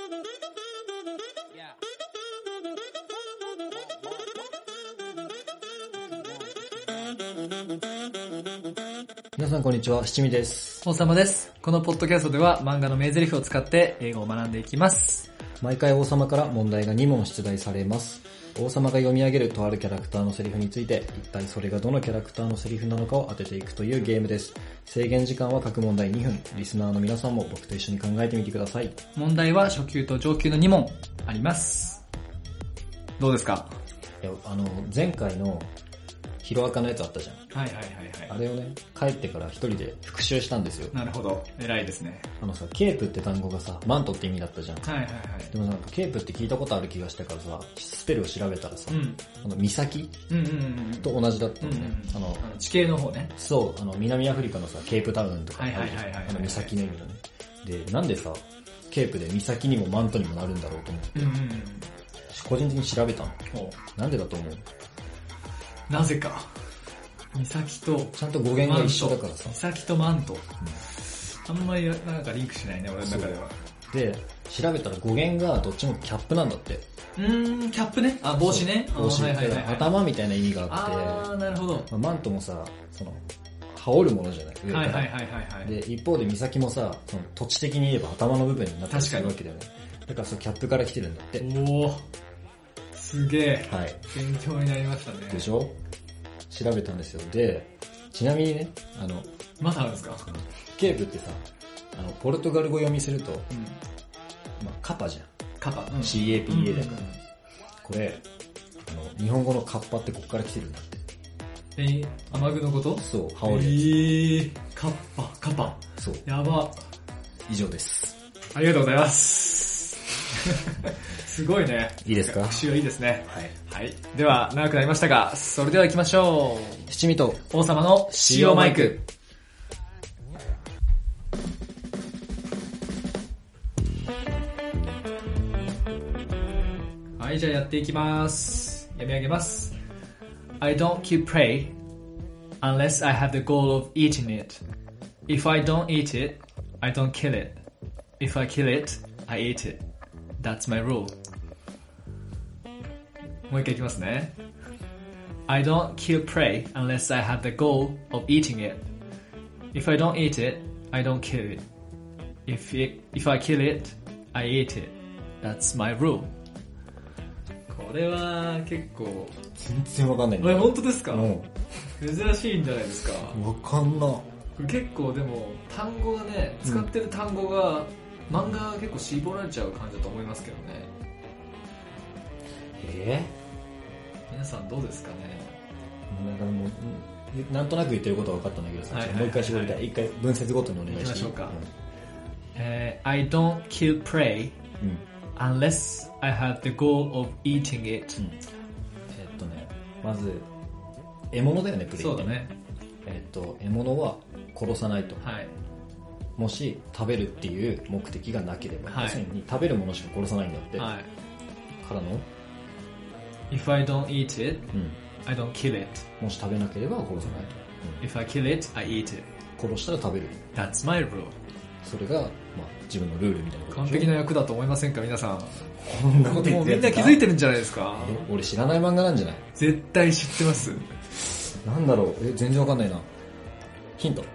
皆さんこんにちは、七味です。 王様です。このポッドキャストでは漫画の名台詞を使って英語を学んでいきます。 毎回王様から問題が2問出題されます。王様が読み上げるとあるキャラクターのセリフについて、一体それがどのキャラクターのセリフなのかを当てていくというゲームです。制限時間は各問題2分。リスナーの皆さんも僕と一緒に考えてみてください。 問題は初級と上級の2問あります。どうですか？ いや、前回のヒロアカのやつあったじゃん。 はいはいはいはい。 あれをね、帰ってから一人で復習したんですよ。 なるほど。偉いですね。 ケープって単語がさ、マントって意味だったじゃん。 はいはいはい。 でもなんかケープって聞いたことある気がしたからさ、スペルを調べたらさ、岬と同じだったのね。 地形の方ね。 そう、南アフリカのさ、ケープタウンとかあるじゃん。岬の意味のね。で、なんでさ、ケープで岬にもマントにもなるんだろうと思って、個人的に調べたの。なんでだと思う？ なぜか。岬とちゃんと語源が一緒だからさ。 岬とマント。あんまりなんかリンクしないね、俺の中では。 で、調べたら語源がどっちもキャップなんだって。 キャップね。あ、帽子ね。 帽子。頭みたいな意味があって。 なるほど。 マントもさ、羽織るものじゃない。上から。 はい。 で、一方で岬もさ、土地的に言えば頭の部分になったりするわけだよね。だからキャップから来てるんだって。 おー。すげえ。 はい。 勉強になりましたね。 でしょ？調べたんですよ。で、ちなみにね、 まだあるんですか？ ケープってさ、ポルトガル語読みすると、カパじゃん。 カパ。 CAPA だから。これ、日本語のカッパってこっから来てるんだって。 雨具のこと？ そう、羽織るやつ。 カパ。 そう。 やば。 以上です。 ありがとうございます。すごいね。 いいですか？ 復習はいいですね。はい。では、長くなりましたが、それでは行きましょう。 七味と王様の使用マイク。はい、じゃあやっていきます。読み上げます。I don't kill prey unless I have the goal of eating it. If I don't eat it, I don't kill it. If I kill it, I eat it. That's my rule. もう一回いきますね。I don't kill prey unless I have the goal of eating it. If I don't eat it, I don't kill it. If I kill it, I eat it. That's my rule. これは結構全然わかんないんだよ。 本当ですか？珍しいんじゃないですか？ わかんな。 結構でも単語がね、使ってる単語が、漫画が結構絞られちゃう感じだと思いますけどね。皆さんどうですかね？ なんとなく言ってることは分かったんだけどさ、もう一回絞りたい。一回分節ごとにお願いしていい？ 行きましょうか。I don't kill prey unless I have the goal of eating it. まず、獲物だよね、プレイ。 そうだね。 獲物は殺さないと。 はい。 もし食べるっていう目的がなければ、要するに食べるものしか殺さないんだって。 はい。 からの If I don't eat it, I don't kill it. もし食べなければ殺さないと。 If I kill it, I eat it. 殺したら食べる。 That's my rule. それが、自分のルールみたいなことでしょ。 完璧な役だと思いませんか、皆さん。 こんなこと言ってもうみんな気づいてるんじゃないですか？ 俺知らない漫画なんじゃない？ 絶対知ってます。 なんだろう？全然わかんないな。ヒント。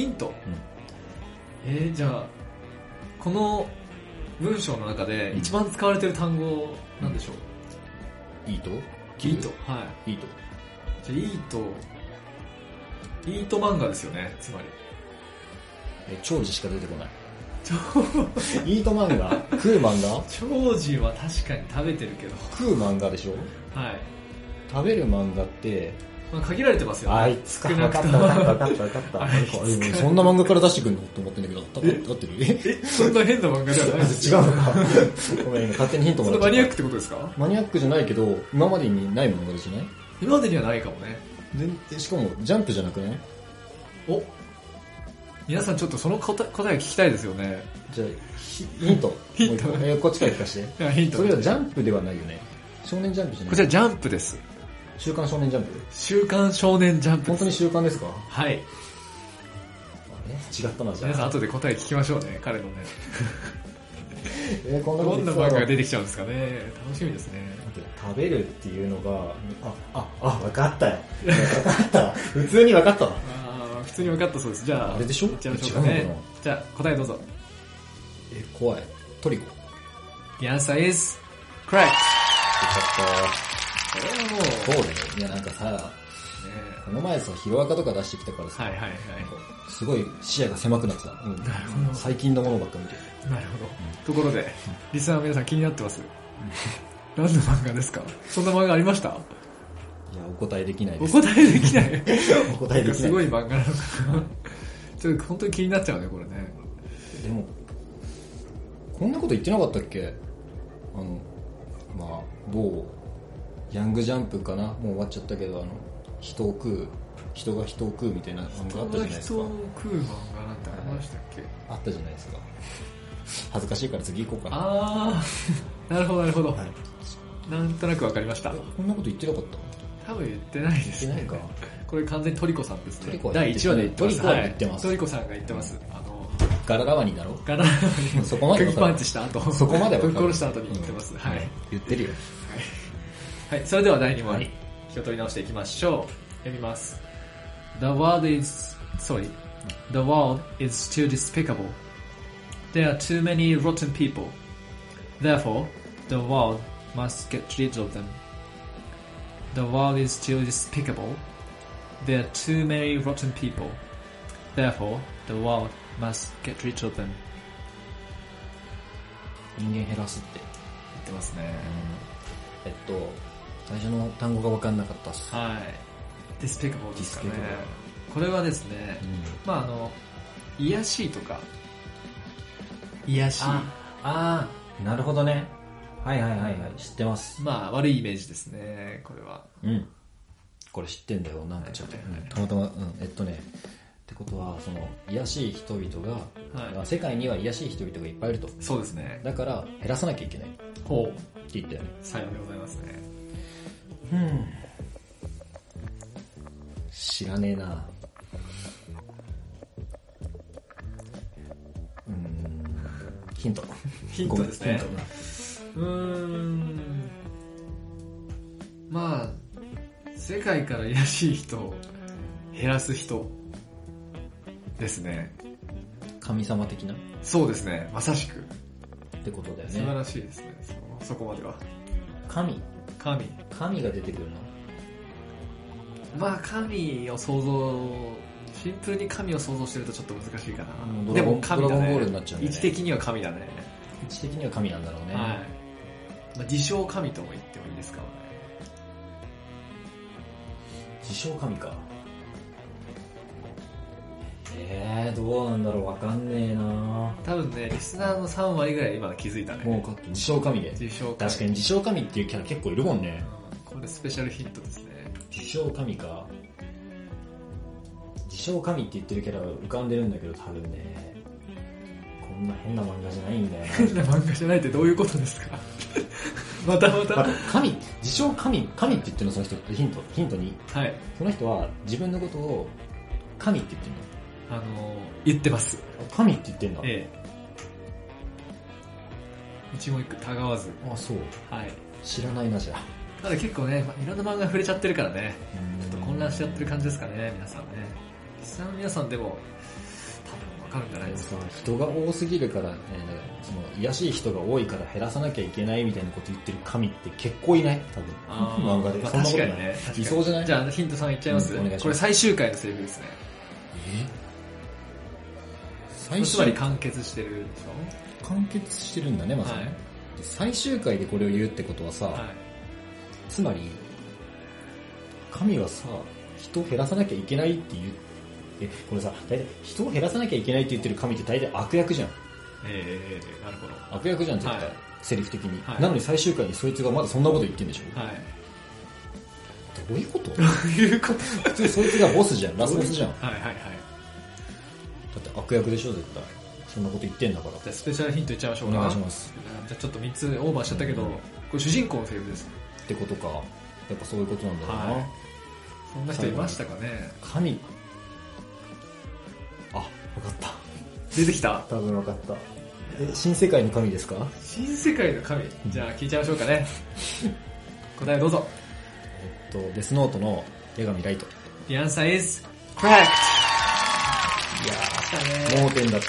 じゃあこの文章の中で一番使われてる単語なんでしょう？ イート。 はい。 イート。 じゃあイート漫画ですよね、つまり。 長寿しか出てこない。イート漫画？食う漫画？ 長寿は確かに食べてるけど。 食う漫画でしょ？ はい。 食べる漫画って、 限られてますよね。 あいつか。分かった。そんな漫画から出してくんのと思ってんだけど、合ってる？ そんな変な漫画ではないですよ。違うのか。ごめん、今勝手にヒントもらっちゃった。 マニアックってことですか？ マニアックじゃないけど、今までにない漫画じゃない？ 今までにはないかもね。 しかも、ジャンプじゃなくね？ お、皆さんちょっとその答え聞きたいですよね。 じゃあ、ヒント。こっちから聞かせて。 ヒント。 それはジャンプではないよね。少年ジャンプじゃない？ こちらジャンプです。 週刊少年ジャンプ？ 週刊少年ジャンプ。 本当に週刊ですか？ はい。 違ったな、じゃあ。 皆さん後で答え聞きましょうね、彼のね。 こんなことどんな漫画が出てきちゃうんですかね。楽しみですね。 食べるっていうのが、分かったよ。分かったわ。普通に分かったわ。 普通に分かったそうです。じゃあ、 あれでしょ？ いっちゃいましょうかね。じゃあ、答えどうぞ。 怖い。トリコ。 The answer is correct. よかった。 これはもう、 そうだよ。いやなんかさ、この前さ、ヒロアカとか出してきたからさ、 はいはいはい。 すごい視野が狭くなってた。 なるほど。 最近のものばっか見てる。 なるほど。ところで、リスナーの皆さん気になってます。何の漫画ですか？そんな漫画ありました？ いや、お答えできないおです。 答えできない。 お答えできない。 すごい漫画なのかな。ちょっと本当に気になっちゃうね、これね。 でも、こんなこと言ってなかったっけ？某、ヤングジャンプかな？もう終わっちゃったけど、人が人を食うみたいな漫画あったじゃないですか。 人を食う漫画なんてありましたっけ？ あったじゃないですか。恥ずかしいから次行こうかな。 なるほどなるほど。 はい、 なんとなくわかりました。 こんなこと言ってなかった？ 多分言ってないですね。 言ってないか。 これ完全にトリコさんですね。 トリコは第1話で言ってます。 トリコは言ってます。 トリコさんが言ってます。 ガララワニだろ？ ガララワニそこまで釘パンチした後。 そこまでぶっ殺した後に言ってます。はい。 言ってるよ。 はい。それでは第2問。気を取り直していきましょう。読みます。The world is too despicable. There are too many rotten people. Therefore, the world must get rid of them. The world is too despicable. There are too many rotten people. Therefore, the world must get rid of them. 人間減らすって言ってますね。 最初の単語が分かんなかったっす。 はい。despicable ですかね。これはですね、癒やしいとか、癒やしい。 なるほどね。はいはいはいはい、知ってます。 悪いイメージですね、これは。 これ知ってんだよ、なんかちょっと。 はいはいはい、 たまたま、ってことは、癒やしい人々が、世界には癒やしい人々がいっぱいいると。 そうですね。 だから、減らさなきゃいけない。 ほう。 って言ったよね。 さようでございますね。 知らねえな。ヒントですね。世界から癒やしい人を減らす人ですね。 神様的な？ そうですね、まさしく。 ってことだよね。 素晴らしいですね、そこまでは。 神が出てくるの？神を想像、シンプルに神を想像してるとちょっと難しいかな。 でも神だね。 ドラゴンボールになっちゃうね。 位置的には神だね。 位置的には神なんだろうね。 はい。自称神とも言ってもいいですからね。 自称神か。どうなんだろう、わかんねえな。 多分ね、リスナーの3割ぐらい今気づいたね。 もう自称神で。 自称神。 確かに自称神っていうキャラ結構いるもんね。 これスペシャルヒントですね。 自称神か。自称神って言ってるキャラが浮かんでるんだけど、多分ね、こんな変な漫画じゃないんだよな。 変な漫画じゃないってどういうことですか？また自称神って言ってるの、その人。ヒントに。 はい。 その人は自分のことを神って言ってるの。 言ってます。 神って言ってんだ。 ええ。一言一句たがわず。 そう。 はい。 知らないな、じゃあ。 ただ結構ね、いろんな漫画触れちゃってるからね、ちょっと混乱しちゃってる感じですかね、皆さんね。リスナーの皆さんでも、多分わかるんじゃないですか。 人が多すぎるから、癒やしい人が多いから減らさなきゃいけないみたいなこと言ってる神って結構いない？多分。漫画で。 確かにね。 いそうじゃない？ じゃあヒント3いっちゃいます？ お願いします。 これ最終回のセリフですね。つまり完結してるでしょ？完結してるんだね、まずね。はい、最終回でこれを言うってことはさ、つまり、神はさ、人を減らさなきゃいけないって言う、これさ、大体人を減らさなきゃいけないって言ってる神って大体悪役じゃん。 なるほど。 悪役じゃん、絶対。セリフ的に。なのに最終回にそいつがまだそんなこと言ってんでしょ。どういうこと？ どういうこと？ 普通そいつがボスじゃん、ラスボスじゃん。 だって悪役でしょ、絶対。そんなこと言ってんだから。 じゃあスペシャルヒントいっちゃいましょうか。 お願いします。 じゃあちょっと3つオーバーしちゃったけど、これ主人公のセリフです。 ってことか。やっぱそういうことなんだろうな。 そんな人いましたかね。 神。わかった。 出てきた？ 多分わかった。 新世界の神ですか？ 新世界の神。じゃあ聞いちゃいましょうかね。答えをどうぞ。 デスノートの八神ライト。 The answer is correct! いやー、 盲点だった。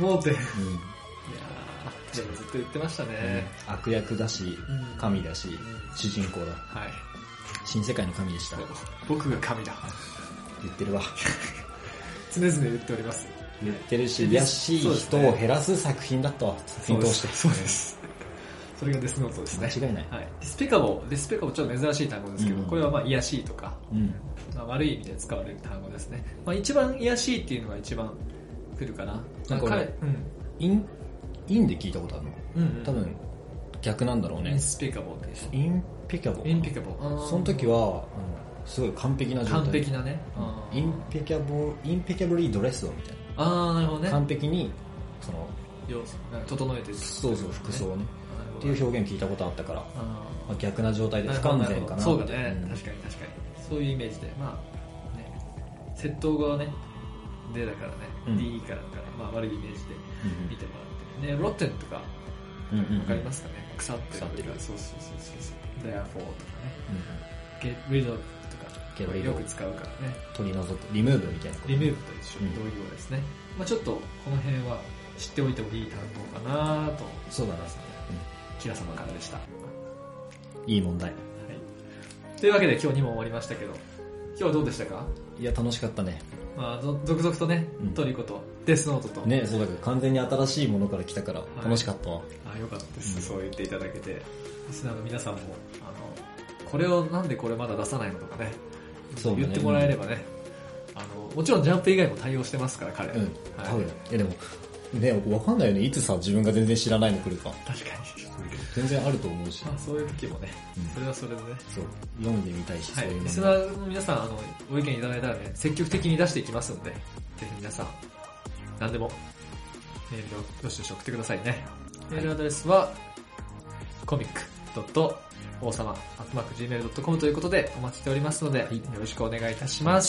盲点。いやうん、 ー、でもずっと言ってましたね。 悪役だし、神だし、主人公だ。 はい。 新世界の神でした。 僕が神だ。 言ってるわ。 常々言っております。 言ってるし、怪しい人を減らす作品だったわ。作品通して。 そうです。それがデスノートですね。 間違いない。 はい。デスペカボちょっと珍しい単語ですけど、これはまあ、癒やしいとか、まあ、悪い意味で使われる単語ですね。まあ、一番癒やしいっていうのが一番来るかな。 なんかこれ、インで聞いたことあるの。多分、逆なんだろうね。 インスペカボってでしょ。 インペカボ。その時は、すごい完璧な状態。 完璧なね。 インペキャブリードレスをみたいな。 なるほどね。 完璧に、その、 要素、整えてる。 そうそう、服装をね。っていう表現聞いたことあったから、まあ、逆な状態で不完全かな。 そうだね、確かに。そういうイメージで、まあ、ね、窃盗がね、D だからね、D から、まあ悪いイメージで見てもらって。ね、ロッテンとか、わかりますかね？腐ってる。そう。therefore とかね。get rid of とか、よく使うからね。 取り除く、リムーブみたいなこと。 リムーブと一緒に同義語ですね。まあちょっと、この辺は知っておいてもいい単語かなと。 そうだな。 キラ様からでした。 いい問題。 はい。というわけで今日2問終わりましたけど、今日はどうでしたか？ いや、楽しかったね。 まあ、続々とね、トリコとデスノートと。 ね、そうだけど完全に新しいものから来たから楽しかったわ。 あ、よかったです。そう言っていただけて。リスナーの皆さんも、これをなんでこれまだ出さないのとかね、言ってもらえればね、もちろんジャンプ以外も対応してますから、彼。 多分。でも、ね、わかんないよね。いつさ、自分が全然知らないの来るか。 確かに。 全然あると思うし。 そういう時もね、それはそれでね。 そう。読んでみたいし、そういうの。 リスナーの皆さん、ご意見いただいたらね、積極的に出していきますので、ぜひ皆さん、何でも、メールをどしどし送ってくださいね。メールアドレスは、comic.王様@gmail.com ということでお待ちしておりますので、よろしくお願いいたします。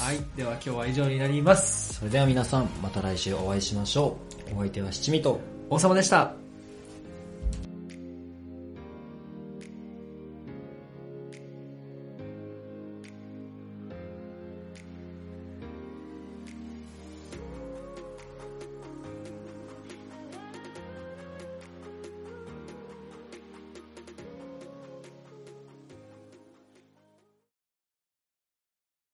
はい。では今日は以上になります。 それでは皆さん、また来週お会いしましょう。お相手は七味と王様でした。